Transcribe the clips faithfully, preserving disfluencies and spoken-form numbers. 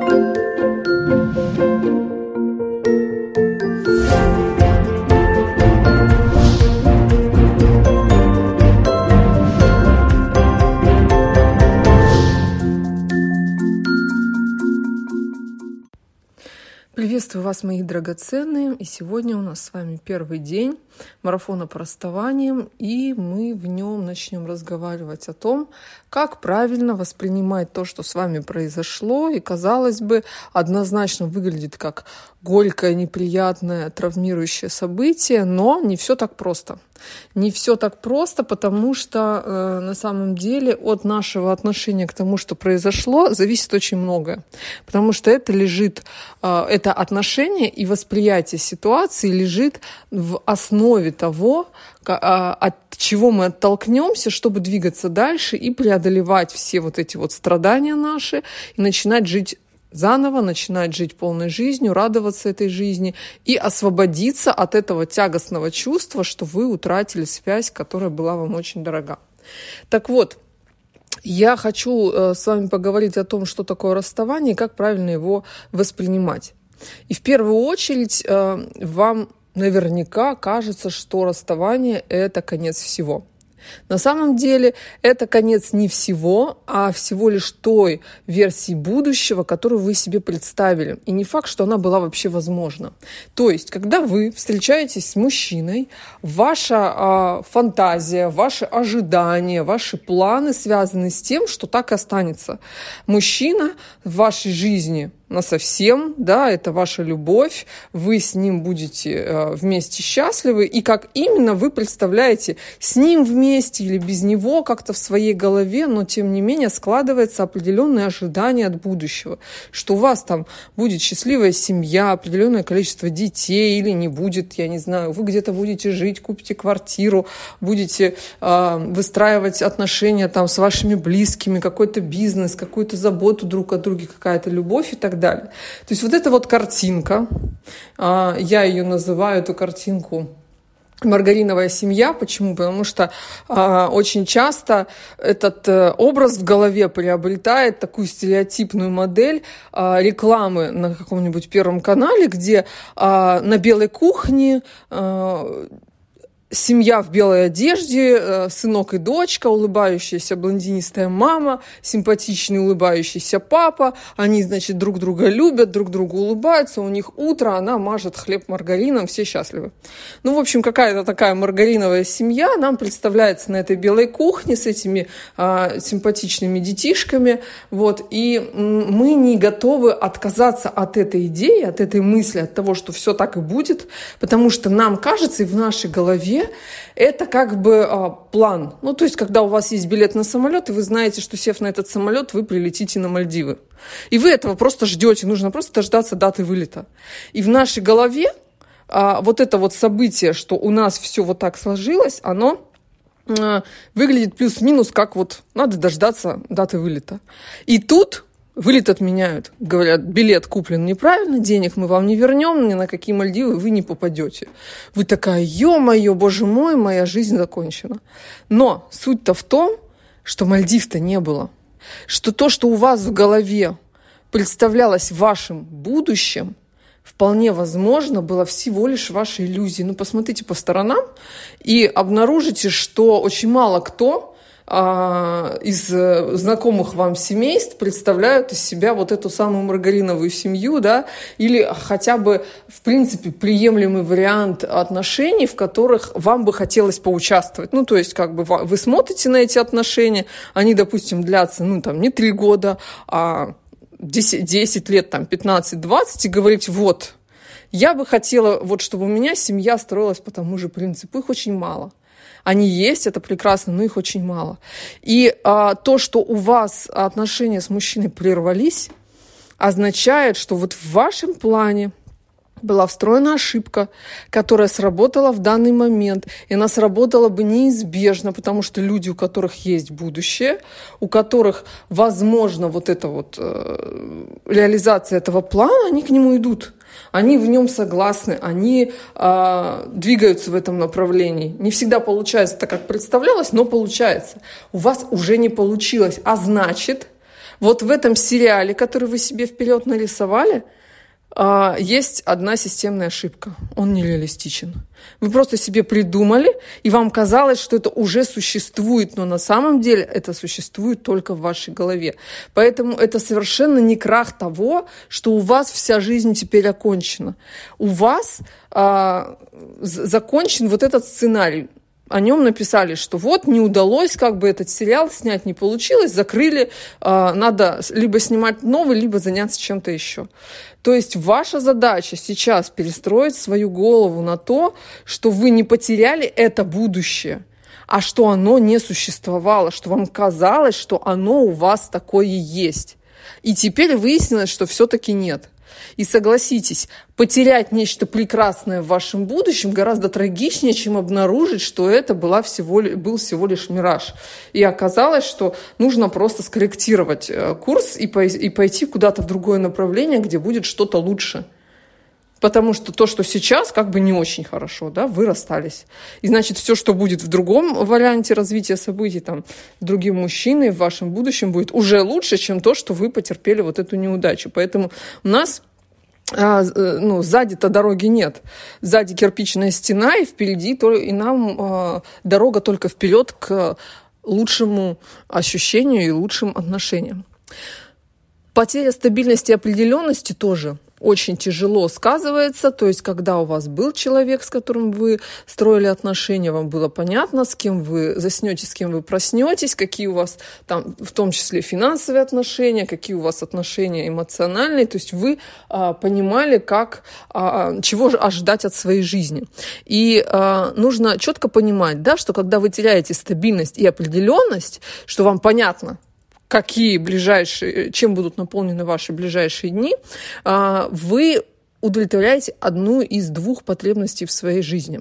Приветствую вас, мои драгоценные, и сегодня у нас с вами первый день марафона по расставаниям, и мы в нем начнем разговаривать о том, как правильно воспринимать то, что с вами произошло, и, казалось бы, однозначно выглядит как горькое, неприятное, травмирующее событие, но не все так просто. Не все так просто, потому что э, на самом деле от нашего отношения к тому, что произошло, зависит очень многое. Потому что это лежит, э, это отношение и восприятие ситуации лежит в основе того, к, э, от чего мы оттолкнемся, чтобы двигаться дальше и преодолевать все вот эти вот страдания наши и начинать жить заново, начинать жить полной жизнью, радоваться этой жизни и освободиться от этого тягостного чувства, что вы утратили связь, которая была вам очень дорога. Так вот, я хочу с вами поговорить о том, что такое расставание и как правильно его воспринимать. И в первую очередь вам наверняка кажется, что расставание – это конец всего. На самом деле это конец не всего, а всего лишь той версии будущего, которую вы себе представили. И не факт, что она была вообще возможна. То есть, когда вы встречаетесь с мужчиной, ваша а, фантазия, ваши ожидания, ваши планы связаны с тем, что так и останется. Мужчина в вашей жизни насовсем, да, это ваша любовь, вы с ним будете э, вместе счастливы, и как именно вы представляете с ним вместе или без него как-то в своей голове, но тем не менее складывается определенное ожидание от будущего, что у вас там будет счастливая семья, определенное количество детей или не будет, я не знаю, вы где-то будете жить, купите квартиру, будете э, выстраивать отношения там с вашими близкими, какой-то бизнес, какую-то заботу друг о друге, какая-то любовь и так далее. Далее. То есть вот эта вот картинка, я ее называю, эту картинку, маргариновая семья. Почему? Потому что а, очень часто этот а, образ в голове приобретает такую стереотипную модель а, рекламы на каком-нибудь Первом канале, где а, на белой кухне а, семья в белой одежде, сынок и дочка, улыбающаяся блондинистая мама, симпатичный улыбающийся папа. Они, значит, друг друга любят, друг другу улыбаются. У них утро, она мажет хлеб маргарином, все счастливы. Ну, в общем, какая-то такая маргариновая семья нам представляется на этой белой кухне с этими а, симпатичными детишками. Вот. И мы не готовы отказаться от этой идеи, от этой мысли, от того, что все так и будет, потому что нам кажется, и в нашей голове это как бы а, план. Ну, то есть, когда у вас есть билет на самолет, и вы знаете, что, сев на этот самолет, вы прилетите на Мальдивы. И вы этого просто ждете. Нужно просто дождаться даты вылета. И в нашей голове а, вот это вот событие, что у нас все вот так сложилось, оно а, выглядит плюс-минус, как вот надо дождаться даты вылета. И тут вылет отменяют. Говорят, билет куплен неправильно, денег мы вам не вернем, ни на какие Мальдивы вы не попадете. Вы такая, ё-моё, боже мой, моя жизнь закончена. Но суть-то в том, что Мальдив-то не было. Что то, что у вас в голове представлялось вашим будущим, вполне возможно, было всего лишь вашей иллюзией. Ну, посмотрите по сторонам и обнаружите, что очень мало кто из знакомых вам семейств представляют из себя вот эту самую маргариновую семью, да, или хотя бы, в принципе, приемлемый вариант отношений, в которых вам бы хотелось поучаствовать. Ну, то есть, как бы вы смотрите на эти отношения, они, допустим, длятся, ну, там, не три года, а десять, десять лет, там, пятнадцать-двадцать, и говорите, вот, я бы хотела, вот, чтобы у меня семья строилась по тому же принципу, их очень мало. Они есть, это прекрасно, но их очень мало. И а, то, что у вас отношения с мужчиной прервались, означает, что вот в вашем плане была встроена ошибка, которая сработала в данный момент, и она сработала бы неизбежно, потому что люди, у которых есть будущее, у которых возможно вот эта вот э, реализация этого плана, они к нему идут. Они в нем согласны, они э, двигаются в этом направлении. Не всегда получается так, как представлялось, но получается. У вас уже не получилось, а значит, Вот в этом сериале, который вы себе вперед нарисовали, есть одна системная ошибка. Он нереалистичен. Вы просто себе придумали, и вам казалось, что это уже существует, но на самом деле это существует только в вашей голове. Поэтому это совершенно не крах того, что у вас вся жизнь теперь окончена. У вас а, закончен вот этот сценарий. О нем написали, что вот не удалось, как бы этот сериал снять не получилось, закрыли, э, надо либо снимать новый, либо заняться чем-то еще. То есть ваша задача сейчас перестроить свою голову на то, что вы не потеряли это будущее, а что оно не существовало, что вам казалось, что оно у вас такое есть. И теперь выяснилось, что все-таки нет. И согласитесь, потерять нечто прекрасное в вашем будущем гораздо трагичнее, чем обнаружить, что это была всего, был всего лишь мираж. И оказалось, что нужно просто скорректировать курс и пойти куда-то в другое направление, где будет что-то лучше. Потому что то, что сейчас, как бы не очень хорошо, да, вы расстались. И значит, все, что будет в другом варианте развития событий, там, другим мужчиной в вашем будущем будет уже лучше, чем то, что вы потерпели вот эту неудачу. Поэтому у нас а, ну, сзади-то дороги нет. Сзади кирпичная стена, и впереди, и нам а, дорога только вперед к лучшему ощущению и лучшим отношениям. Потеря стабильности и определенности тоже очень тяжело сказывается, то есть когда у вас был человек, с которым вы строили отношения, вам было понятно, с кем вы заснете, с кем вы проснетесь, какие у вас там, в том числе финансовые отношения, какие у вас отношения эмоциональные, то есть вы а, понимали, как, а, чего ожидать от своей жизни. И а, нужно четко понимать, да, что когда вы теряете стабильность и определенность, что вам понятно, какие ближайшие, чем будут наполнены ваши ближайшие дни, вы удовлетворяете одну из двух потребностей в своей жизни.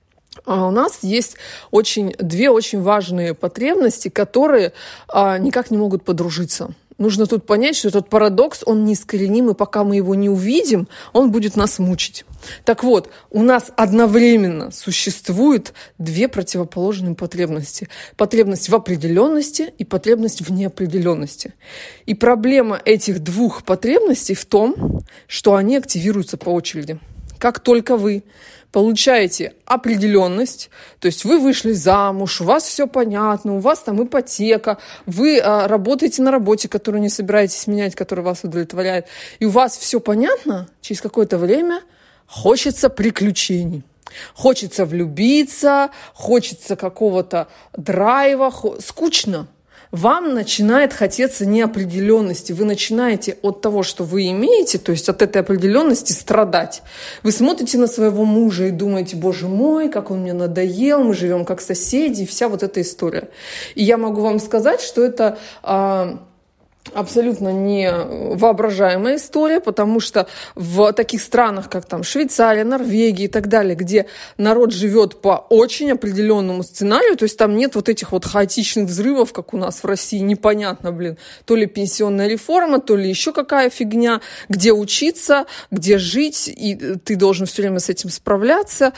А у нас есть очень, две очень важные потребности, которые никак не могут подружиться. Нужно тут понять, что этот парадокс, он неискореним, и пока мы его не увидим, он будет нас мучить. Так вот, у нас одновременно существует две противоположные потребности. Потребность в определенности и потребность в неопределенности. И проблема этих двух потребностей в том, что они активируются по очереди. Как только вы получаете определенность, то есть вы вышли замуж, у вас все понятно, у вас там ипотека, вы а, работаете на работе, которую не собираетесь менять, которая вас удовлетворяет, и у вас все понятно, через какое-то время хочется приключений. Хочется влюбиться, хочется какого-то драйва, хо... скучно. Вам начинает хотеться неопределенности. Вы начинаете от того, что вы имеете, то есть от этой определенности страдать. Вы смотрите на своего мужа и думаете: боже мой, как он мне надоел, мы живем как соседи, и вся вот эта история. И я могу вам сказать, что это а, абсолютно не воображаемая история, потому что в таких странах, как там Швейцария, Норвегия и так далее, где народ живет по очень определенному сценарию, то есть там нет вот этих вот хаотичных взрывов, как у нас в России, непонятно, блин, то ли пенсионная реформа, то ли еще какая фигня, где учиться, где жить, и ты должен все время с этим справляться.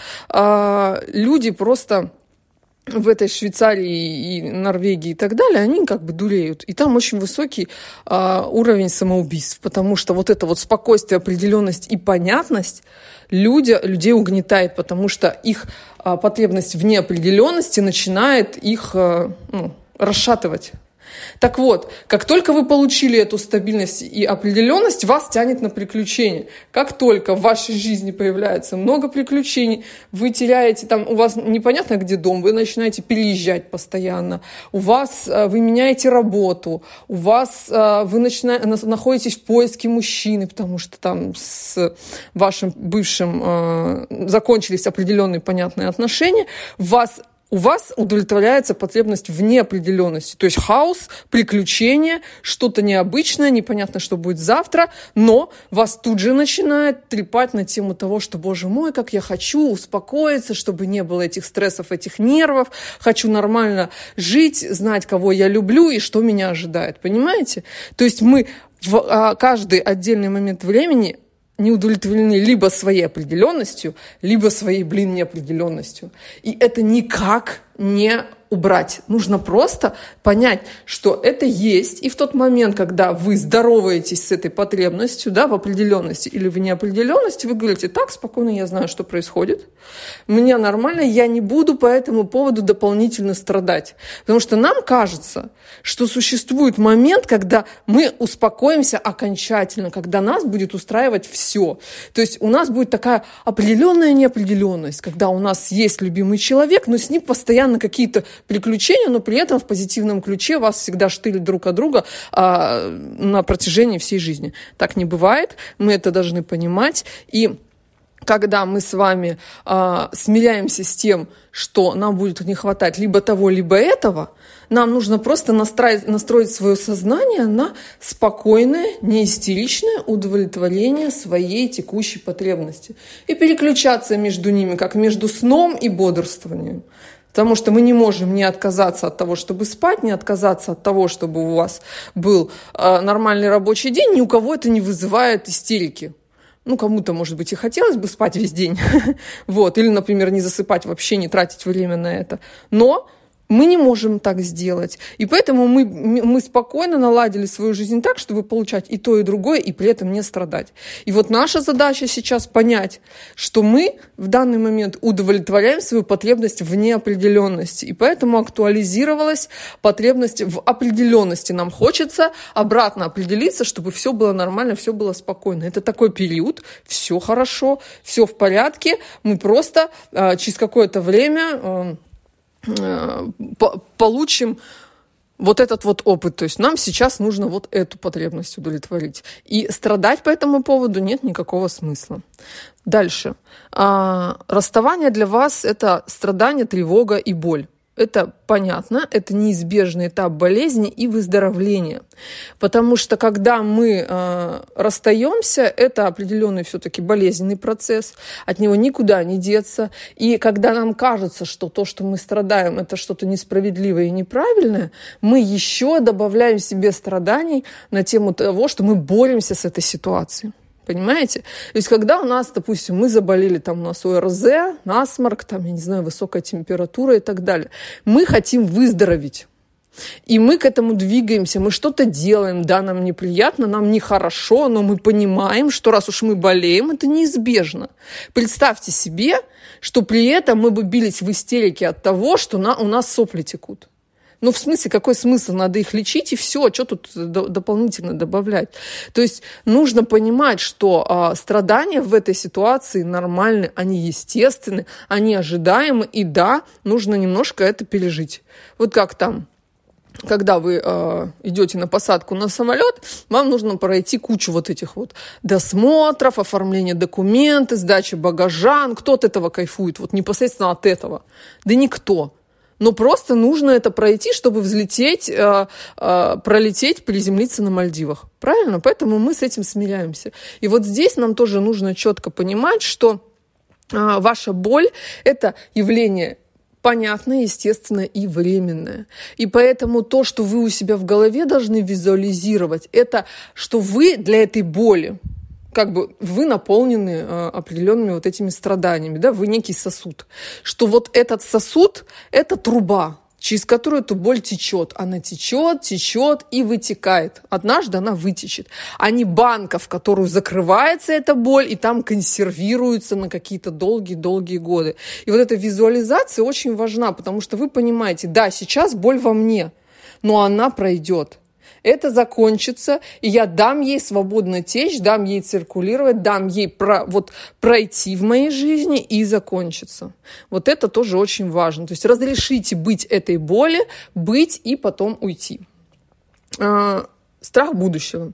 Люди просто в этой Швейцарии и Норвегии и так далее, они как бы дуреют. И там очень высокий а, уровень самоубийств, потому что вот это вот спокойствие, определенность и понятность люди, людей угнетает, потому что их а, потребность в неопределенности начинает их а, ну, расшатывать. Так вот, как только вы получили эту стабильность и определенность, вас тянет на приключения. Как только в вашей жизни появляется много приключений, вы теряете, там у вас непонятно где дом, вы начинаете переезжать постоянно, у вас, вы меняете работу, у вас, вы начинаете, находитесь в поиске мужчины, потому что там с вашим бывшим закончились определенные понятные отношения, вас У вас удовлетворяется потребность в неопределенности. То есть хаос, приключения, что-то необычное, непонятно, что будет завтра, но вас тут же начинает трепать на тему того, что, боже мой, как я хочу успокоиться, чтобы не было этих стрессов, этих нервов, хочу нормально жить, знать, кого я люблю и что меня ожидает. Понимаете? То есть мы в каждый отдельный момент времени не удовлетворены либо своей определенностью, либо своей, блин, неопределенностью. И это никак не убрать. Нужно просто понять, что это есть. И в тот момент, когда вы здороваетесь с этой потребностью, да, в определенности или в неопределенности, вы говорите: так, спокойно, я знаю, что происходит. Мне нормально, я не буду по этому поводу дополнительно страдать. Потому что нам кажется, что существует момент, когда мы успокоимся окончательно, когда нас будет устраивать все. То есть у нас будет такая определенная неопределенность, когда у нас есть любимый человек, но с ним постоянно какие-то приключения, но при этом в позитивном ключе вас всегда штырит друг от друга а, на протяжении всей жизни. Так не бывает, мы это должны понимать. И когда мы с вами а, смиряемся с тем, что нам будет не хватать либо того, либо этого, нам нужно просто настроить, настроить свое сознание на спокойное, неистеричное удовлетворение своей текущей потребности и переключаться между ними, как между сном и бодрствованием. Потому что мы не можем не отказаться от того, чтобы спать, не отказаться от того, чтобы у вас был э, нормальный рабочий день. Ни у кого это не вызывает истерики. Ну, кому-то, может быть, и хотелось бы спать весь день. Вот. Или, например, не засыпать вообще, не тратить время на это. Но мы не можем так сделать. И поэтому мы, мы спокойно наладили свою жизнь так, чтобы получать и то, и другое, и при этом не страдать. И вот наша задача сейчас понять, что мы в данный момент удовлетворяем свою потребность в неопределенности. И поэтому актуализировалась потребность в определенности. Нам хочется обратно определиться, чтобы все было нормально, все было спокойно. Это такой период, все хорошо, все в порядке. Мы просто э, через какое-то время... Э, получим вот этот вот опыт. То есть нам сейчас нужно вот эту потребность удовлетворить. И страдать по этому поводу нет никакого смысла. Дальше. Расставание для вас – это страдание, тревога и боль. Это понятно, это неизбежный этап болезни и выздоровления. Потому что когда мы э, расстаемся, это определенный все-таки болезненный процесс, от него никуда не деться. И когда нам кажется, что то, что мы страдаем, это что-то несправедливое и неправильное, мы еще добавляем себе страданий на тему того, что мы боремся с этой ситуацией. Понимаете? То есть, когда у нас, допустим, мы заболели, там у нас ОРЗ, насморк, там, я не знаю, высокая температура и так далее, мы хотим выздороветь. И мы к этому двигаемся, мы что-то делаем, да, нам неприятно, нам нехорошо, но мы понимаем, что раз уж мы болеем, это неизбежно. Представьте себе, что при этом мы бы бились в истерике от того, что на, у нас сопли текут. Ну, в смысле, какой смысл? Надо их лечить, и все, что тут дополнительно добавлять? То есть нужно понимать, что а, страдания в этой ситуации нормальны, они естественны, они ожидаемы, и да, нужно немножко это пережить. Вот как там, когда вы э, идете на посадку на самолет, вам нужно пройти кучу вот этих вот досмотров, оформления документов, сдачи багажа. Кто от этого кайфует? Вот непосредственно от этого. Да никто. Но просто нужно это пройти, чтобы взлететь, э, э, пролететь, приземлиться на Мальдивах. Правильно? Поэтому мы с этим смиряемся. И вот здесь нам тоже нужно четко понимать, что э, ваша боль – это явление понятное, естественное и временное. И поэтому то, что вы у себя в голове должны визуализировать, это что вы для этой боли, как бы вы наполнены э, определенными вот этими страданиями, да, вы некий сосуд, что вот этот сосуд – это труба, через которую эту боль течет. Она течет, течет и вытекает. Однажды она вытечет. А не банка, в которую закрывается эта боль, и там консервируется на какие-то долгие-долгие годы. И вот эта визуализация очень важна, потому что вы понимаете, да, сейчас боль во мне, но она пройдет. Это закончится, и я дам ей свободно течь, дам ей циркулировать, дам ей про, вот, пройти в моей жизни и закончится. Вот это тоже очень важно. То есть разрешите быть этой боли, быть и потом уйти. А, страх будущего.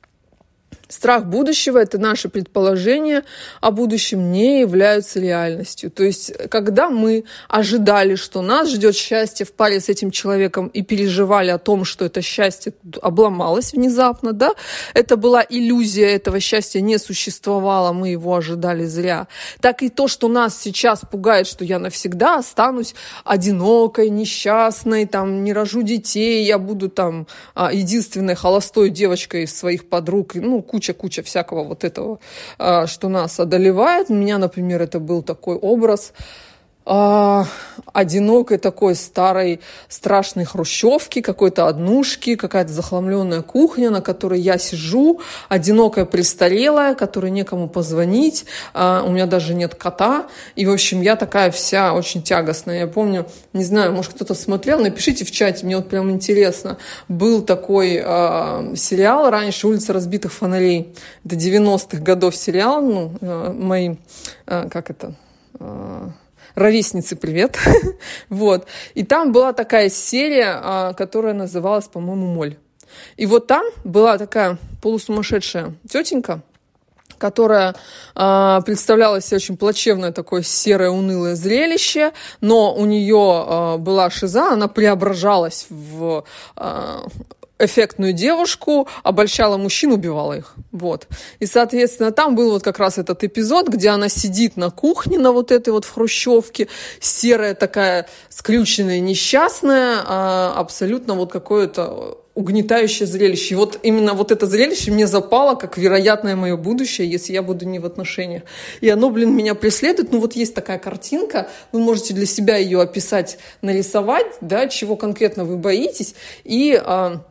Страх будущего – это наши предположения о будущем не являются реальностью. То есть, когда мы ожидали, что нас ждет счастье в паре с этим человеком и переживали о том, что это счастье обломалось внезапно, да, это была иллюзия, этого счастья не существовало, мы его ожидали зря. Так и то, что нас сейчас пугает, что я навсегда останусь одинокой, несчастной, там, не рожу детей, я буду там единственной холостой девочкой из своих подруг, ну, куча-куча всякого вот этого, что нас одолевает. У меня, например, это был такой образ э, одинокой такой старой страшной хрущевки, какой-то однушки, какая-то захламленная кухня, на которой я сижу, одинокая престарелая, которой некому позвонить, э, у меня даже нет кота, и, в общем, я такая вся очень тягостная. Я помню, не знаю, может, кто-то смотрел, напишите в чате, мне вот прям интересно. Был такой э, сериал раньше «Улица разбитых фонарей». Это девяностых годов сериал, ну, э, мои, э, как это... Э, ровесницы, привет. Вот. И там была такая серия, которая называлась, по-моему, «Моль». И вот там была такая полусумасшедшая тетенька, которая э, представляла себе очень плачевное такое серое, унылое зрелище, но у нее э, была шиза, она преображалась в... Э, эффектную девушку, обольщала мужчин, убивала их. Вот. И, соответственно, там был вот как раз этот эпизод, где она сидит на кухне, на вот этой вот в хрущевке, серая такая, скрюченная, несчастная, а абсолютно вот какое-то угнетающее зрелище. И вот именно вот это зрелище мне запало как вероятное мое будущее, если я буду не в отношениях. И оно, блин, меня преследует. Ну вот есть такая картинка, вы можете для себя ее описать, нарисовать, да, чего конкретно вы боитесь, и...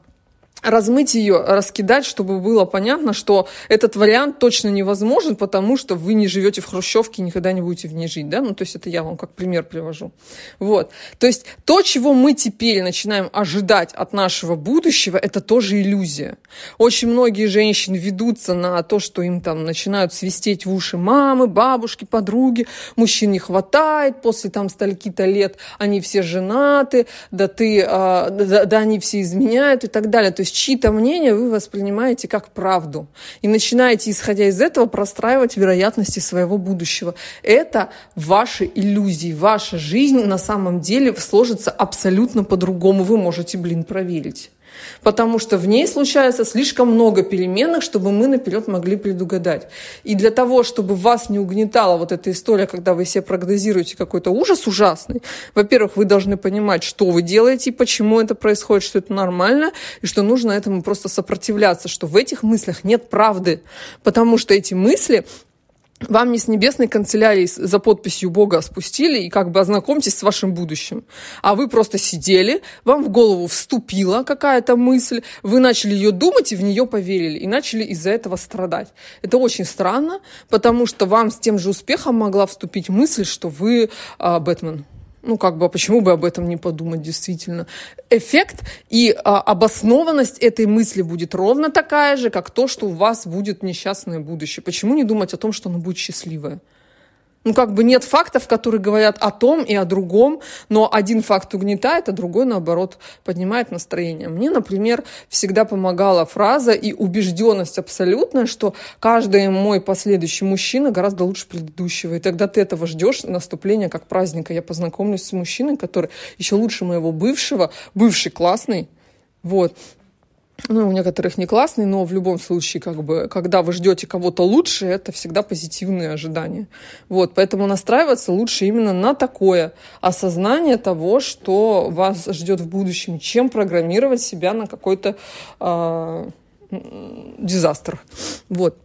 размыть ее, раскидать, чтобы было понятно, что этот вариант точно невозможен, потому что вы не живете в хрущевке и никогда не будете в ней жить, да, ну, то есть это я вам как пример привожу. Вот. То есть то, чего мы теперь начинаем ожидать от нашего будущего, это тоже иллюзия. Очень многие женщины ведутся на то, что им там начинают свистеть в уши мамы, бабушки, подруги, мужчин не хватает, после там стольки-то лет они все женаты, да ты, а, да, да они все изменяют и так далее. То есть чьи-то мнения вы воспринимаете как правду и начинаете, исходя из этого, простраивать вероятности своего будущего. Это ваши иллюзии. Ваша жизнь на самом деле сложится абсолютно по-другому. Вы можете, блин, проверить. Потому что в ней случается слишком много переменных, чтобы мы наперед могли предугадать. И для того, чтобы вас не угнетала вот эта история, когда вы себе прогнозируете какой-то ужас ужасный, во-первых, вы должны понимать, что вы делаете, почему это происходит, что это нормально, и что нужно этому просто сопротивляться, что в этих мыслях нет правды. Потому что эти мысли... вам не с небесной канцелярии за подписью Бога спустили и как бы ознакомьтесь с вашим будущим. А вы просто сидели, вам в голову вступила какая-то мысль, вы начали ее думать и в нее поверили, и начали из-за этого страдать. Это очень странно, потому что вам с тем же успехом могла вступить мысль, что вы а, Бэтмен. Ну, как бы, а почему бы об этом не подумать, действительно? Эффект и а, обоснованность этой мысли будет ровно такая же, как то, что у вас будет несчастное будущее. Почему не думать о том, что оно будет счастливое? Ну, как бы нет фактов, которые говорят о том и о другом, но один факт угнетает, а другой, наоборот, поднимает настроение. Мне, например, всегда помогала фраза и убежденность абсолютная, что каждый мой последующий мужчина гораздо лучше предыдущего. И тогда ты этого ждешь наступления как праздника. Я познакомлюсь с мужчиной, который еще лучше моего бывшего, бывший классный, вот. Ну, у некоторых не классный, но в любом случае, как бы, когда вы ждете кого-то лучше, это всегда позитивные ожидания. Вот, поэтому настраиваться лучше именно на такое осознание того, что вас ждет в будущем, чем программировать себя на какой-то э, дизастер. Вот.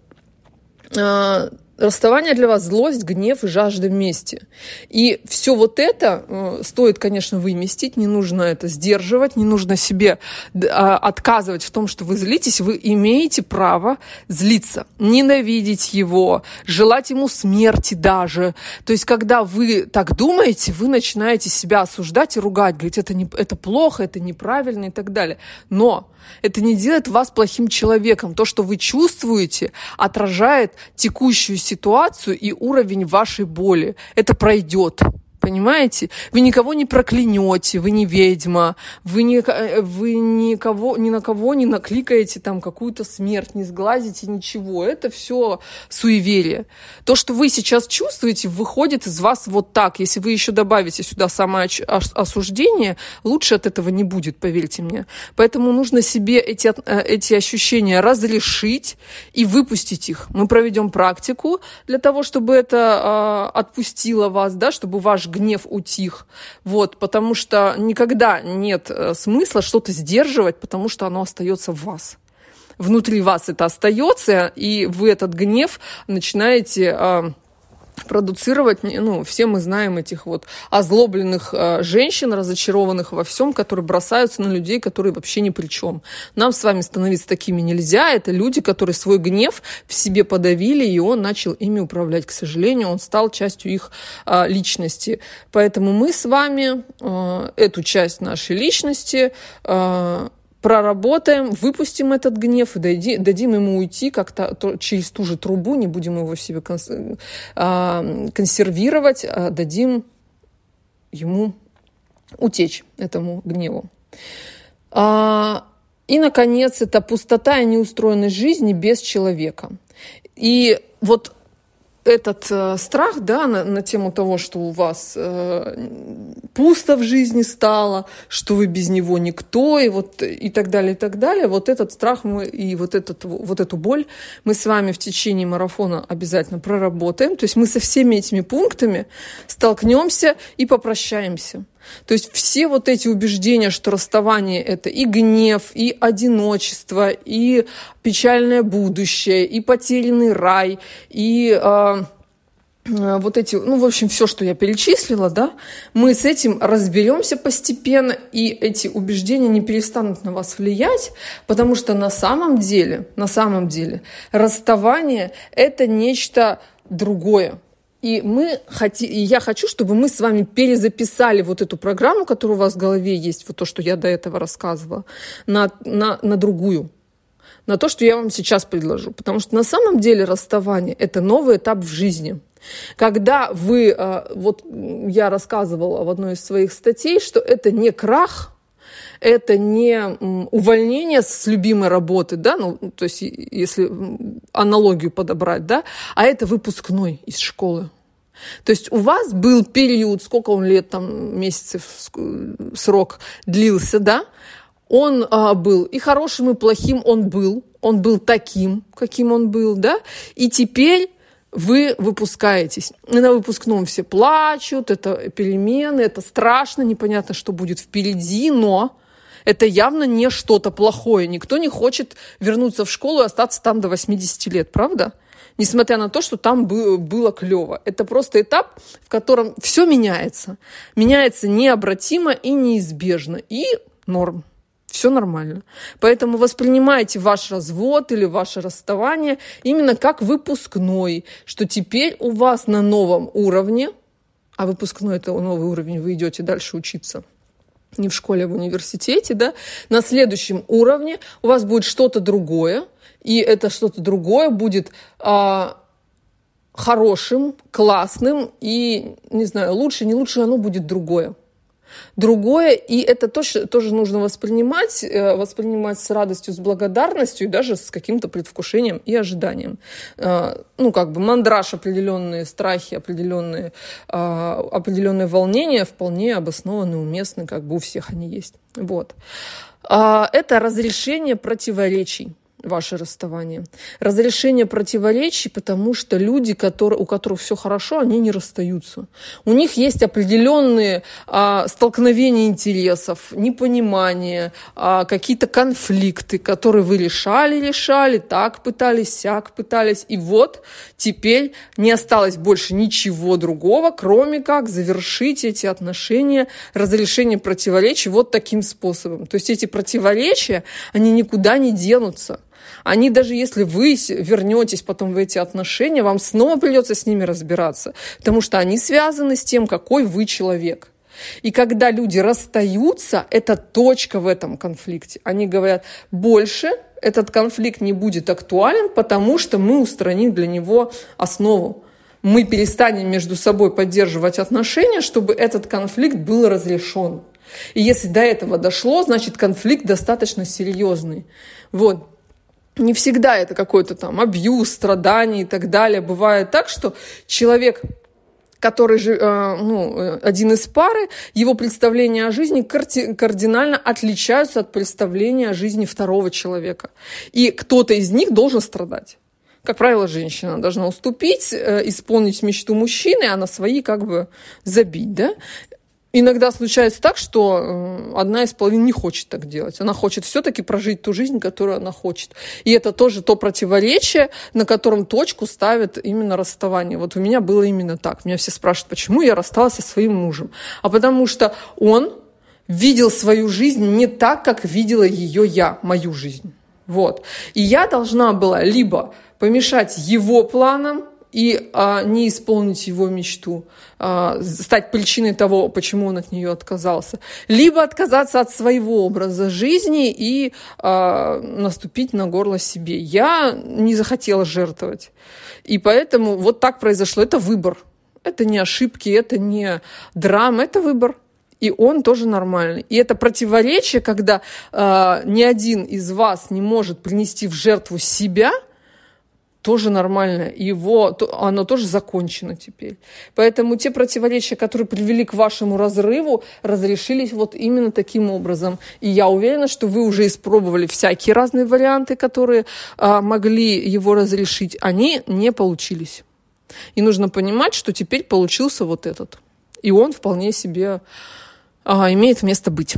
Расставание для вас злость, гнев и жажда мести. И все вот это э, стоит, конечно, выместить, не нужно это сдерживать, не нужно себе э, отказывать в том, что вы злитесь. Вы имеете право злиться, ненавидеть его, желать ему смерти даже. То есть, когда вы так думаете, вы начинаете себя осуждать и ругать, говорить, это, не, это плохо, это неправильно и так далее. Но это не делает вас плохим человеком. То, что вы чувствуете, отражает текущую ситуацию и уровень вашей боли. Это пройдет. Понимаете? Вы никого не проклянете, вы не ведьма, вы, не, вы никого, ни на кого не накликаете там какую-то смерть, не сглазите ничего. Это все суеверие. То, что вы сейчас чувствуете, выходит из вас вот так. Если вы еще добавите сюда самоосуждение, лучше от этого не будет, поверьте мне. Поэтому нужно себе эти, эти ощущения разрешить и выпустить их. Мы проведем практику для того, чтобы это э, отпустило вас, да, чтобы ваш гнев утих, вот, потому что никогда нет смысла что-то сдерживать, потому что оно остается в вас. Внутри вас это остается, и вы этот гнев начинаете э, продуцировать, ну, все мы знаем этих вот озлобленных э, женщин, разочарованных во всем, которые бросаются на людей, которые вообще ни при чем. Нам с вами становиться такими нельзя. Это люди, которые свой гнев в себе подавили, и он начал ими управлять. К сожалению, он стал частью их э, личности. Поэтому мы с вами э, эту часть нашей личности э, проработаем, выпустим этот гнев и дадим, дадим ему уйти как-то то, через ту же трубу, не будем его в себе консервировать, а дадим ему утечь, этому гневу. И, наконец, это пустота и неустроенность жизни без человека. И вот этот э, страх, да, на, на тему того, что у вас э, пусто в жизни стало, что вы без него никто, и вот и так далее, и так далее. Вот этот страх мы, и вот, этот, вот эту боль мы с вами в течение марафона обязательно проработаем. То есть мы со всеми этими пунктами столкнемся и попрощаемся. То есть все вот эти убеждения, что расставание — это и гнев, и одиночество, и печальное будущее, и потерянный рай, и э, вот эти, ну, в общем, все, что я перечислила, да, мы с этим разберемся постепенно, и эти убеждения не перестанут на вас влиять, потому что на самом деле, на самом деле расставание — это нечто другое. И, мы хоти, и я хочу, чтобы мы с вами перезаписали вот эту программу, которая у вас в голове есть, вот то, что я до этого рассказывала, на, на, на другую, на то, что я вам сейчас предложу. Потому что на самом деле расставание – это новый этап в жизни. Когда вы, вот я рассказывала в одной из своих статей, что это не крах, это не увольнение с любимой работы, да, ну, то есть если аналогию подобрать, да, а это выпускной из школы. То есть у вас был период, сколько он лет, там, месяцев, срок длился, да, он а, был и хорошим, и плохим он был, он был таким, каким он был, да, и теперь вы выпускаетесь. И на выпускном все плачут, это перемены, это страшно, непонятно, что будет впереди, но это явно не что-то плохое. Никто не хочет вернуться в школу и остаться там до восьмидесяти лет, правда? Несмотря на то, что там было клево. Это просто этап, в котором все меняется. Меняется необратимо и неизбежно. И норм. Все нормально. Поэтому воспринимайте ваш развод или ваше расставание именно как выпускной, что теперь у вас на новом уровне, а выпускной — это новый уровень, вы идете дальше учиться не в школе, а в университете, да, на следующем уровне у вас будет что-то другое, и это что-то другое будет а, хорошим, классным, и, не знаю, лучше, не лучше, оно будет другое. Другое, и это тоже, тоже нужно воспринимать, воспринимать с радостью, с благодарностью и даже с каким-то предвкушением и ожиданием. Ну, как бы мандраж, определенные страхи, определенные, определенные волнения вполне обоснованы, уместны, как бы у всех они есть. Вот. Это разрешение противоречий. Ваше расставание. Разрешение противоречий, потому что люди, которые, у которых все хорошо, они не расстаются. У них есть определенные а, столкновения интересов, непонимание, а, какие-то конфликты, которые вы решали, решали, так пытались, сяк пытались. И вот теперь не осталось больше ничего другого, кроме как завершить эти отношения, разрешение противоречий вот таким способом. То есть эти противоречия, они никуда не денутся. Они, даже если вы вернетесь потом в эти отношения, вам снова придется с ними разбираться, потому что они связаны с тем, какой вы человек. И когда люди расстаются, это точка в этом конфликте. Они говорят, больше этот конфликт не будет актуален, потому что мы устраним для него основу. Мы перестанем между собой поддерживать отношения, чтобы этот конфликт был разрешен. И если до этого дошло, значит, конфликт достаточно серьезный. Вот. Не всегда это какой-то там абьюз, страдания и так далее. Бывает так, что человек, который же, ну, один из пары, его представления о жизни кардинально отличаются от представления о жизни второго человека. И кто-то из них должен страдать. Как правило, женщина должна уступить, исполнить мечту мужчины, а на свои как бы забить, да? иногда случается так, что одна из половин не хочет так делать. Она хочет все-таки прожить ту жизнь, которую она хочет. И это тоже то противоречие, на котором точку ставит именно расставание. Вот у меня было именно так. Меня все спрашивают, почему я рассталась со своим мужем. А потому что он видел свою жизнь не так, как видела ее я, мою жизнь. Вот. И я должна была либо помешать его планам, и а, не исполнить его мечту, а, стать причиной того, почему он от нее отказался, либо отказаться от своего образа жизни и а, наступить на горло себе. Я не захотела жертвовать, и поэтому вот так произошло. Это выбор, это не ошибки, это не драма, это выбор. И он тоже нормальный. И это противоречие, когда а, ни один из вас не может принести в жертву себя, тоже нормально, его, оно тоже закончено теперь. Поэтому те противоречия, которые привели к вашему разрыву, разрешились вот именно таким образом. И я уверена, что вы уже испробовали всякие разные варианты, которые а, могли его разрешить. Они не получились. И нужно понимать, что теперь получился вот этот. И он вполне себе а, имеет место быть.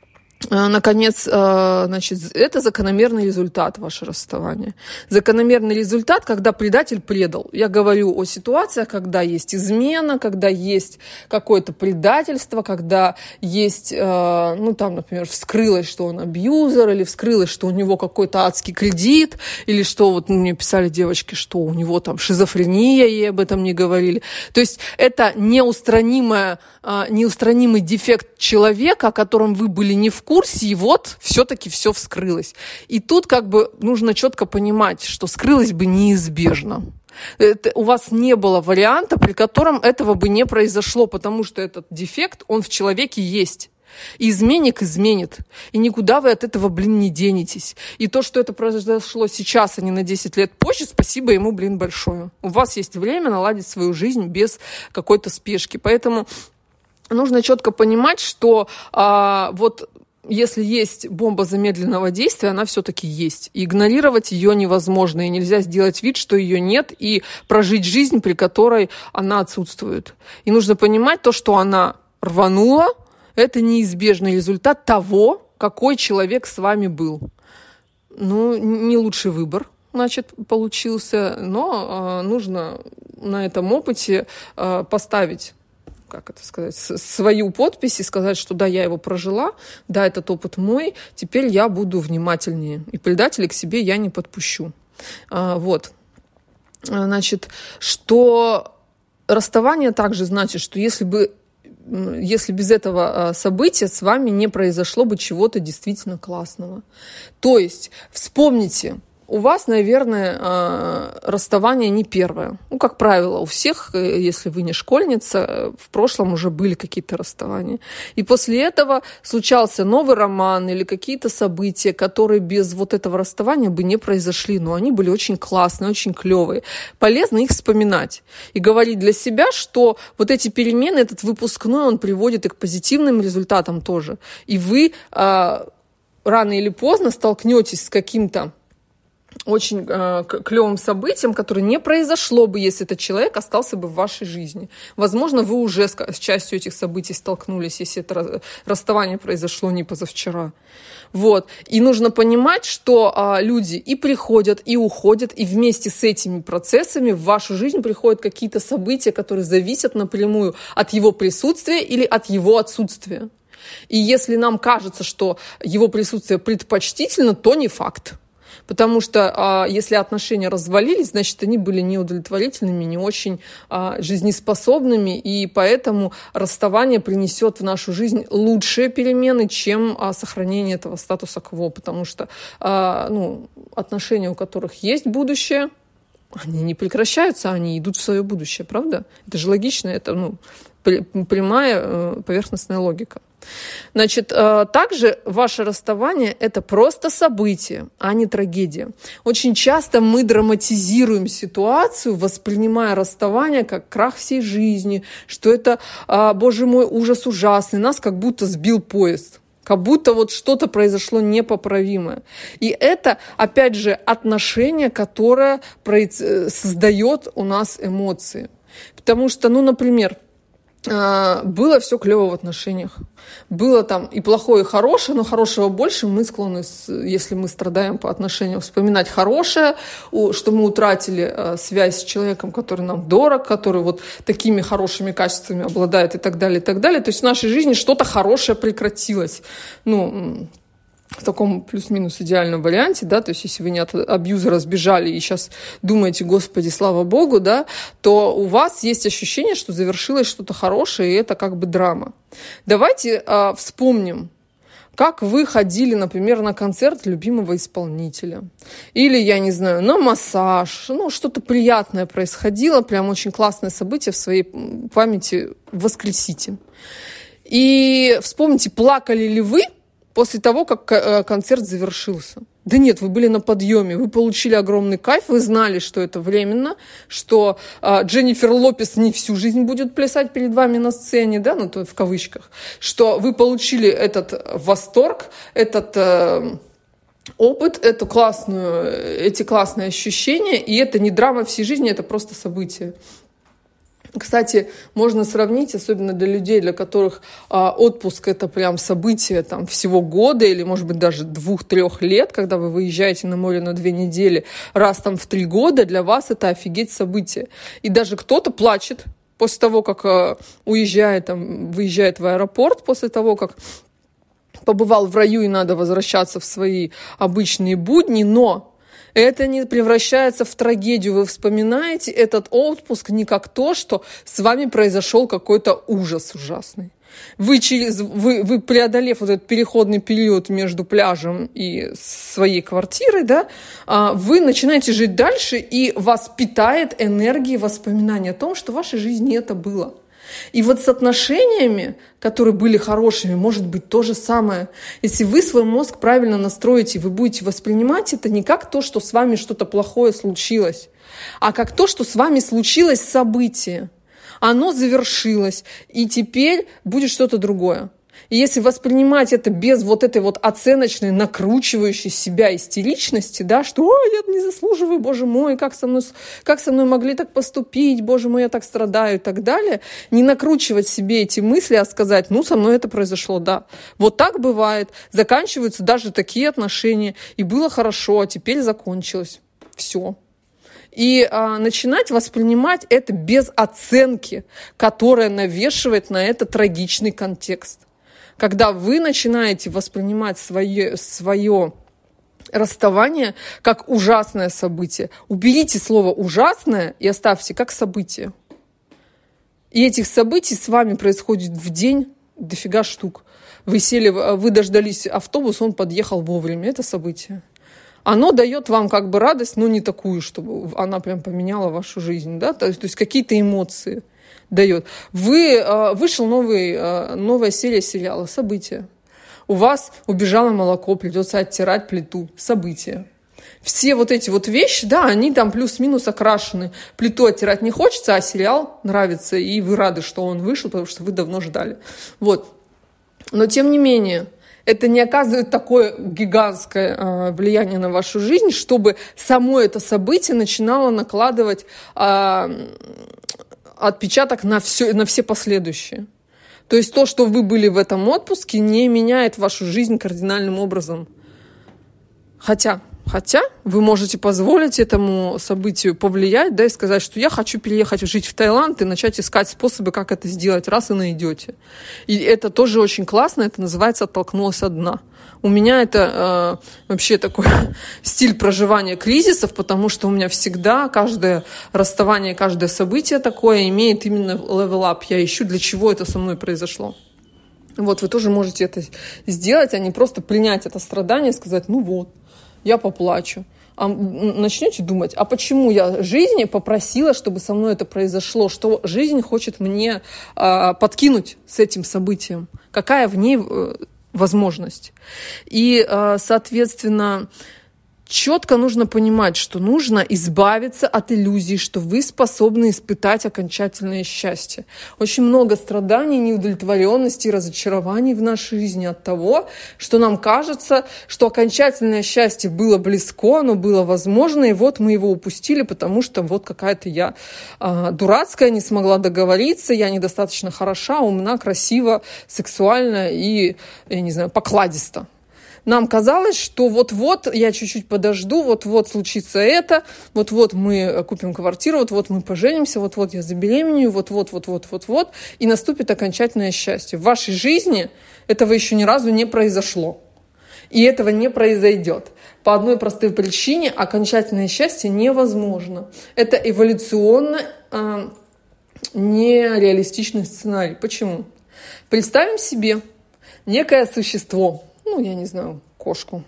Наконец, значит, это закономерный результат, ваше расставание. Закономерный результат, когда предатель предал. Я говорю о ситуациях, когда есть измена, когда есть какое-то предательство, когда есть, ну там, например, вскрылось, что он абьюзер, или вскрылось, что у него какой-то адский кредит, или что, вот мне писали девочки, что у него там шизофрения, ей об этом не говорили. То есть это неустранимая, неустранимый дефект человека, о котором вы были не в курсе, и вот все-таки все вскрылось. И тут как бы нужно четко понимать, что скрылось бы неизбежно. Это, у вас не было варианта, при котором этого бы не произошло, потому что этот дефект, он в человеке есть. И изменник изменит. И никуда вы от этого, блин, не денетесь. И то, что это произошло сейчас, а не на десять лет позже, спасибо ему, блин, большое. У вас есть время наладить свою жизнь без какой-то спешки. Поэтому нужно четко понимать, что а, вот если есть бомба замедленного действия, она все-таки есть. И игнорировать ее невозможно. И нельзя сделать вид, что ее нет, и прожить жизнь, при которой она отсутствует. И нужно понимать то, что она рванула, это неизбежный результат того, какой человек с вами был. Ну, не лучший выбор, значит, получился, но э, нужно на этом опыте э, поставить, как это сказать, свою подпись и сказать, что да, я его прожила, да, этот опыт мой, теперь я буду внимательнее. И предателей к себе я не подпущу. А, вот. Значит, что расставание также значит, что если бы если без этого события с вами не произошло бы чего-то действительно классного. То есть вспомните, у вас, наверное, расставание не первое. Ну, как правило, у всех, если вы не школьница, в прошлом уже были какие-то расставания. И после этого случался новый роман или какие-то события, которые без вот этого расставания бы не произошли. Но они были очень классные, очень клевые. Полезно их вспоминать. И говорить для себя, что вот эти перемены, этот выпускной, он приводит и к позитивным результатам тоже. И вы рано или поздно столкнетесь с каким-то очень э, клевым событием, которое не произошло бы, если этот человек остался бы в вашей жизни. Возможно, вы уже с, с частью этих событий столкнулись, если это расставание произошло не позавчера. Вот. И нужно понимать, что э, люди и приходят, и уходят, и вместе с этими процессами в вашу жизнь приходят какие-то события, которые зависят напрямую от его присутствия или от его отсутствия. И если нам кажется, что его присутствие предпочтительно, то не факт. Потому что а, если отношения развалились, значит, они были неудовлетворительными, не очень а, жизнеспособными, и поэтому расставание принесет в нашу жизнь лучшие перемены, чем а, сохранение этого статуса кво. Потому что а, ну, отношения, у которых есть будущее, они не прекращаются, они идут в свое будущее, правда? Это же логично, это ну, прямая поверхностная логика. Значит, также ваше расставание – это просто событие, а не трагедия. Очень часто мы драматизируем ситуацию, воспринимая расставание как крах всей жизни, что это, боже мой, ужас ужасный, нас как будто сбил поезд. Как будто вот что-то произошло непоправимое. И это, опять же, отношение, которое создает у нас эмоции. Потому что, ну, например, было все клево в отношениях. Было там и плохое, и хорошее, но хорошего больше. Мы склонны, если мы страдаем по отношениям, вспоминать хорошее, что мы утратили связь с человеком, который нам дорог, который вот такими хорошими качествами обладает и так далее, и так далее. То есть в нашей жизни что-то хорошее прекратилось. Ну, в таком плюс-минус идеальном варианте, да, то есть если вы не от абьюзера сбежали и сейчас думаете, Господи, слава Богу, да, то у вас есть ощущение, что завершилось что-то хорошее, и это как бы драма. Давайте а, вспомним, как вы ходили, например, на концерт любимого исполнителя. Или, я не знаю, на массаж. Ну, что-то приятное происходило, прям очень классное событие в своей памяти воскресите. И вспомните, плакали ли вы после того, как концерт завершился? Да нет, вы были на подъеме, вы получили огромный кайф, вы знали, что это временно, что э, Дженнифер Лопес не всю жизнь будет плясать перед вами на сцене, да, ну то в кавычках, что вы получили этот восторг, этот э, опыт, эту классную, эти классные ощущения, и это не драма всей жизни, это просто событие. Кстати, можно сравнить, особенно для людей, для которых а, отпуск – это прям событие там, всего года или, может быть, даже двух-трех лет, когда вы выезжаете на море на две недели, раз там в три года, для вас это офигеть событие. И даже кто-то плачет после того, как а, уезжает, там, выезжает в аэропорт, после того, как побывал в раю и надо возвращаться в свои обычные будни, но это не превращается в трагедию. Вы вспоминаете этот отпуск не как то, что с вами произошел какой-то ужас ужасный. Вы, через, вы, вы преодолев вот этот переходный период между пляжем и своей квартирой, да, вы начинаете жить дальше, и вас питает энергией воспоминания о том, что в вашей жизни это было. И вот с отношениями, которые были хорошими, может быть то же самое. Если вы свой мозг правильно настроите, вы будете воспринимать это не как то, что с вами что-то плохое случилось, а как то, что с вами случилось событие. Оно завершилось, и теперь будет что-то другое. И если воспринимать это без вот этой вот оценочной, накручивающей себя истеричности, да, что «Ой, я не заслуживаю, боже мой, как со мной, как со мной могли так поступить, боже мой, я так страдаю» и так далее, не накручивать себе эти мысли, а сказать «ну, со мной это произошло, да». Вот так бывает, заканчиваются даже такие отношения, и было хорошо, а теперь закончилось. Все. И а, начинать воспринимать это без оценки, которая навешивает на это трагичный контекст. Когда вы начинаете воспринимать свое, свое расставание как ужасное событие, уберите слово «ужасное» и оставьте как событие. И этих событий с вами происходит в день дофига штук. Вы сели, вы дождались автобус, он подъехал вовремя. Это событие. Оно дает вам как бы радость, но не такую, чтобы она прям поменяла вашу жизнь. Да? То есть, то есть какие-то эмоции дает. Вы, вышел новый, новая серия сериала «События». У вас убежало молоко, придется оттирать плиту. События. Все вот эти вот вещи, да, они там плюс-минус окрашены. Плиту оттирать не хочется, а сериал нравится, и вы рады, что он вышел, потому что вы давно ждали. Вот. Но тем не менее, это не оказывает такое гигантское э, влияние на вашу жизнь, чтобы само это событие начинало накладывать э, отпечаток на все, на все последующие. То есть то, что вы были в этом отпуске, не меняет вашу жизнь кардинальным образом. Хотя, хотя вы можете позволить этому событию повлиять, да, и сказать, что я хочу переехать жить в Таиланд и начать искать способы, как это сделать, раз и найдете. И это тоже очень классно, это называется «оттолкнулась от дна». У меня это э, вообще такой стиль проживания кризисов, потому что у меня всегда каждое расставание, каждое событие такое имеет именно level up. Я ищу, для чего это со мной произошло. Вот вы тоже можете это сделать, а не просто принять это страдание и сказать, ну вот, я поплачу. А начнете думать, а почему я жизни попросила, чтобы со мной это произошло? Что жизнь хочет мне э, подкинуть с этим событием? Какая в ней э, возможность? И, э, соответственно, четко нужно понимать, что нужно избавиться от иллюзий, что вы способны испытать окончательное счастье. Очень много страданий, неудовлетворенности, разочарований в нашей жизни от того, что нам кажется, что окончательное счастье было близко, оно было возможно, и вот мы его упустили, потому что вот какая-то я э, дурацкая, не смогла договориться, я недостаточно хороша, умна, красива, сексуальна и, я не знаю, покладиста. Нам казалось, что вот-вот я чуть-чуть подожду, вот-вот случится это, вот-вот мы купим квартиру, вот-вот мы поженимся, вот-вот я забеременею, вот-вот, вот-вот, вот-вот, и наступит окончательное счастье. В вашей жизни этого еще ни разу не произошло. И этого не произойдет. По одной простой причине: окончательное счастье невозможно. Это эволюционно э, нереалистичный сценарий. Почему? Представим себе некое существо, ну, я не знаю, кошку.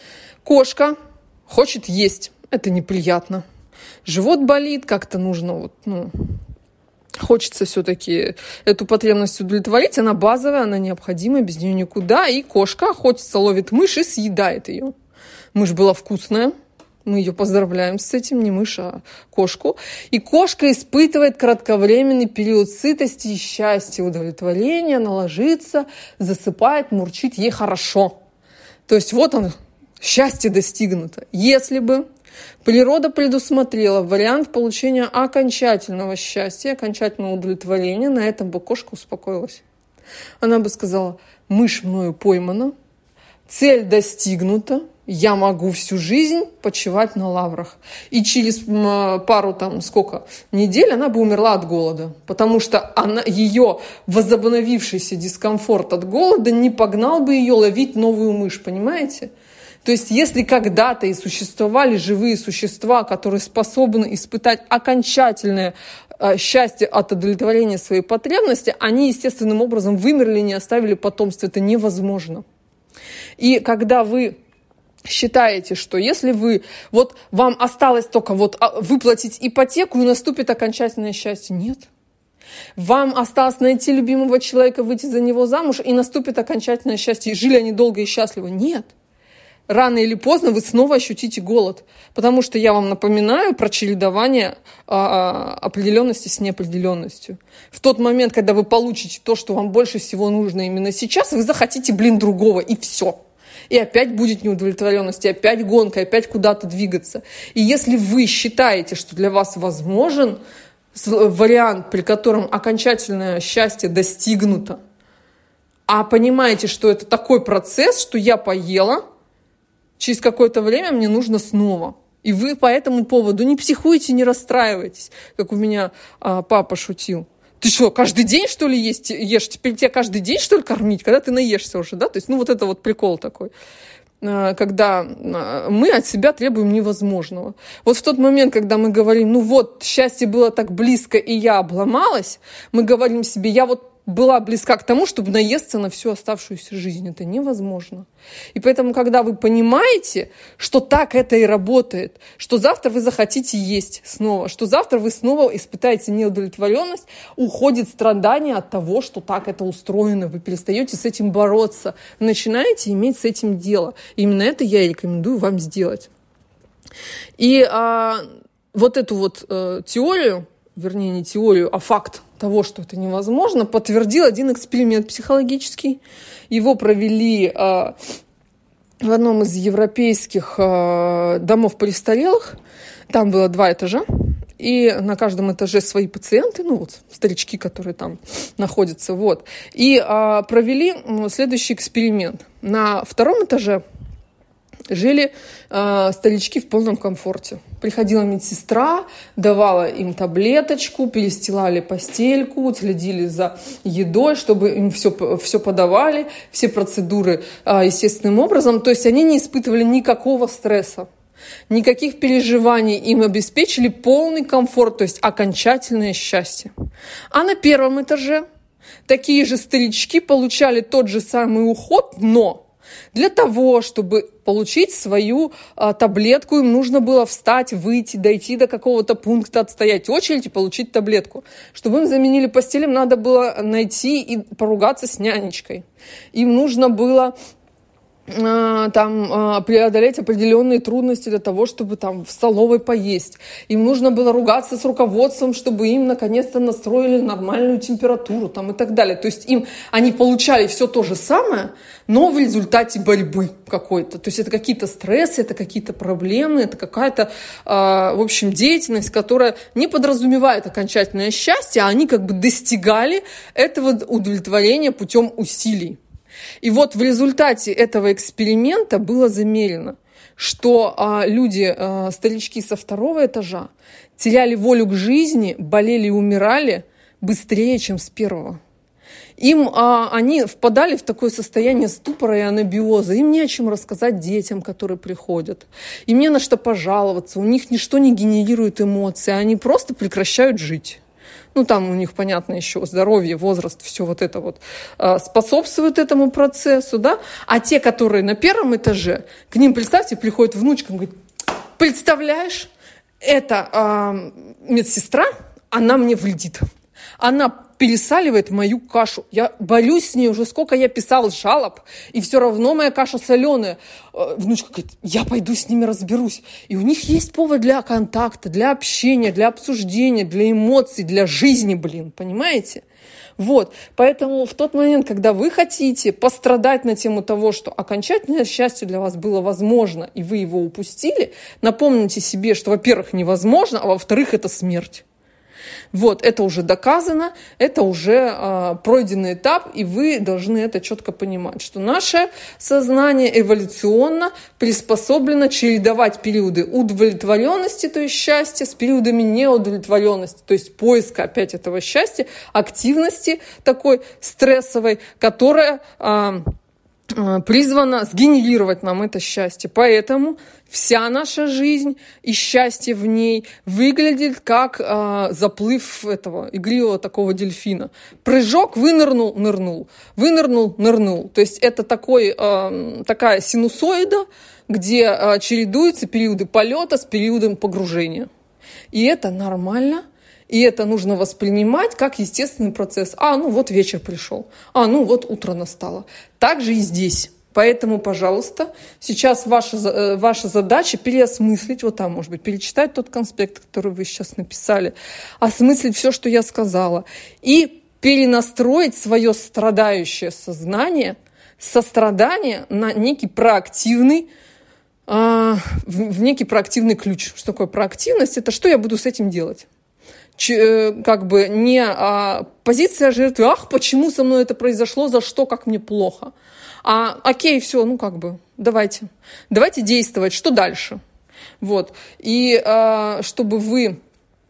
Кошка хочет есть. Это неприятно. Живот болит, как-то нужно, вот, ну, хочется все-таки эту потребность удовлетворить. Она базовая, она необходима, без нее никуда. И кошка охотится, ловит мышь и съедает ее. Мышь была вкусная. Мы ее поздравляем с этим, не мышь, а кошку. И кошка испытывает кратковременный период сытости и счастья, удовлетворения, она ложится, засыпает, мурчит, ей хорошо. То есть вот оно, счастье достигнуто. Если бы природа предусмотрела вариант получения окончательного счастья, окончательного удовлетворения, на этом бы кошка успокоилась. Она бы сказала: мышь мною поймана, цель достигнута, я могу всю жизнь почивать на лаврах. И через пару, там, сколько, недель она бы умерла от голода. Потому что она, ее возобновившийся дискомфорт от голода не погнал бы ее ловить новую мышь, понимаете? То есть, если когда-то и существовали живые существа, которые способны испытать окончательное э, счастье от удовлетворения своей потребности, они естественным образом вымерли и не оставили потомства. Это невозможно. И когда вы считаете, что если вы, вот вам осталось только вот выплатить ипотеку и наступит окончательное счастье, нет. Вам осталось найти любимого человека, выйти за него замуж, и наступит окончательное счастье, и жили они долго и счастливо, нет. Рано или поздно вы снова ощутите голод, потому что я вам напоминаю про чередование а, определенности с неопределенностью. В тот момент, когда вы получите то, что вам больше всего нужно именно сейчас, вы захотите, блин, другого, и все. И опять будет неудовлетворенность, и опять гонка, и опять куда-то двигаться. И если вы считаете, что для вас возможен вариант, при котором окончательное счастье достигнуто, а понимаете, что это такой процесс, что я поела, через какое-то время мне нужно снова. И вы по этому поводу не психуйте, не расстраивайтесь, как у меня а, папа шутил. Ты что, каждый день, что ли, есть, ешь? Теперь тебя каждый день, что ли, кормить, когда ты наешься уже, да? То есть, ну, вот это вот прикол такой, когда мы от себя требуем невозможного. Вот в тот момент, когда мы говорим: ну вот, счастье было так близко, и я обломалась, мы говорим себе: я вот была близка к тому, чтобы наесться на всю оставшуюся жизнь. Это невозможно. И поэтому, когда вы понимаете, что так это и работает, что завтра вы захотите есть снова, что завтра вы снова испытаете неудовлетворенность, уходит страдание от того, что так это устроено, вы перестаете с этим бороться, начинаете иметь с этим дело. И именно это я и рекомендую вам сделать. И а, вот эту вот а, теорию, вернее, не теорию, а факт того, что это невозможно, подтвердил один эксперимент психологический. Его провели э, в одном из европейских э, домов престарелых. Там было два этажа, и на каждом этаже свои пациенты, ну вот старички, которые там находятся, вот. И э, провели следующий эксперимент. На втором этаже жили э, старички в полном комфорте. Приходила медсестра, давала им таблеточку, перестилали постельку, следили за едой, чтобы им все, все подавали, все процедуры э, естественным образом. То есть они не испытывали никакого стресса, никаких переживаний, им обеспечили полный комфорт, то есть окончательное счастье. А на первом этаже такие же старички получали тот же самый уход, но для того, чтобы получить свою а, таблетку, им нужно было встать, выйти, дойти до какого-то пункта, отстоять очередь и получить таблетку. Чтобы им заменили постель, им надо было найти и поругаться с нянечкой. Им нужно было там преодолеть определенные трудности для того, чтобы там в столовой поесть. Им нужно было ругаться с руководством, чтобы им наконец-то настроили нормальную температуру там, и так далее. То есть им они получали все то же самое, но в результате борьбы какой-то. То есть это какие-то стрессы, это какие-то проблемы, это какая-то, в общем, деятельность, которая не подразумевает окончательное счастье, а они как бы достигали этого удовлетворения путем усилий. И вот в результате этого эксперимента было замерено, что а, люди, а, старички со второго этажа, теряли волю к жизни, болели и умирали быстрее, чем с первого. Им а, они впадали в такое состояние ступора и анабиоза. Им не о чем рассказать детям, которые приходят. Им не на что пожаловаться. У них ничто не генерирует эмоции. Они просто прекращают жить. Ну, там у них, понятно, еще здоровье, возраст, все вот это вот э, способствует этому процессу, да. А те, которые на первом этаже, к ним, представьте, приходит внучка, говорит: представляешь, это э, медсестра, она мне вредит. Она пересаливает мою кашу. Я борюсь с ней уже, сколько я писал жалоб, и все равно моя каша соленая. Внучка говорит: я пойду с ними разберусь. И у них есть повод для контакта, для общения, для обсуждения, для эмоций, для жизни, блин, понимаете? Вот, поэтому в тот момент, когда вы хотите пострадать на тему того, что окончательное счастье для вас было возможно, и вы его упустили, напомните себе, что, во-первых, невозможно, а во-вторых, это смерть. Вот, это уже доказано, это уже э, пройденный этап, и вы должны это четко понимать, что наше сознание эволюционно приспособлено чередовать периоды удовлетворенности, то есть счастья, с периодами неудовлетворенности, то есть поиска опять этого счастья, активности такой стрессовой, которая э, э, призвана сгенерировать нам это счастье. Поэтому вся наша жизнь и счастье в ней выглядит как э, заплыв этого игривого такого дельфина. Прыжок, вынырнул, нырнул, вынырнул, нырнул. То есть это такой, э, такая синусоида, где э, чередуются периоды полета с периодом погружения. И это нормально. И это нужно воспринимать как естественный процесс. А, ну вот вечер пришел. А, ну вот утро настало. Так же и здесь. Поэтому, пожалуйста, сейчас ваша, ваша задача переосмыслить, вот там, может быть, перечитать тот конспект, который вы сейчас написали, осмыслить все, что я сказала, и перенастроить свое страдающее сознание, сострадание на некий проактивный, э, в некий проактивный ключ. Что такое проактивность? Это что я буду с этим делать? Ч, как бы не а, позиция жертвы, ах, почему со мной это произошло, за что, как мне плохо. А окей, все, ну как бы, давайте, давайте действовать, что дальше? Вот, и а, чтобы вы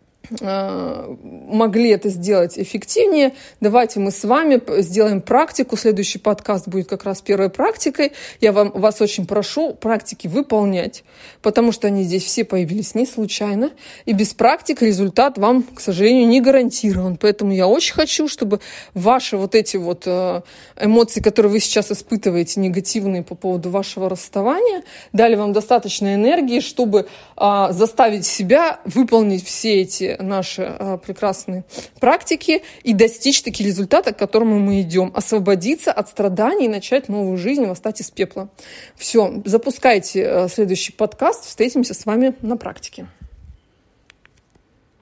а, могли это сделать эффективнее, давайте мы с вами сделаем практику. Следующий подкаст будет как раз первой практикой. Я вам, вас очень прошу практики выполнять, потому что они здесь все появились не случайно, и без практик результат вам, к сожалению, не гарантирован. Поэтому я очень хочу, чтобы ваши вот эти вот эмоции, которые вы сейчас испытываете, негативные по поводу вашего расставания, дали вам достаточно энергии, чтобы заставить себя выполнить все эти наши а, прекрасные практики и достичь таки результата, к которому мы идем. Освободиться от страданий и начать новую жизнь, восстать из пепла. Все, запускайте а, следующий подкаст. Встретимся с вами на практике.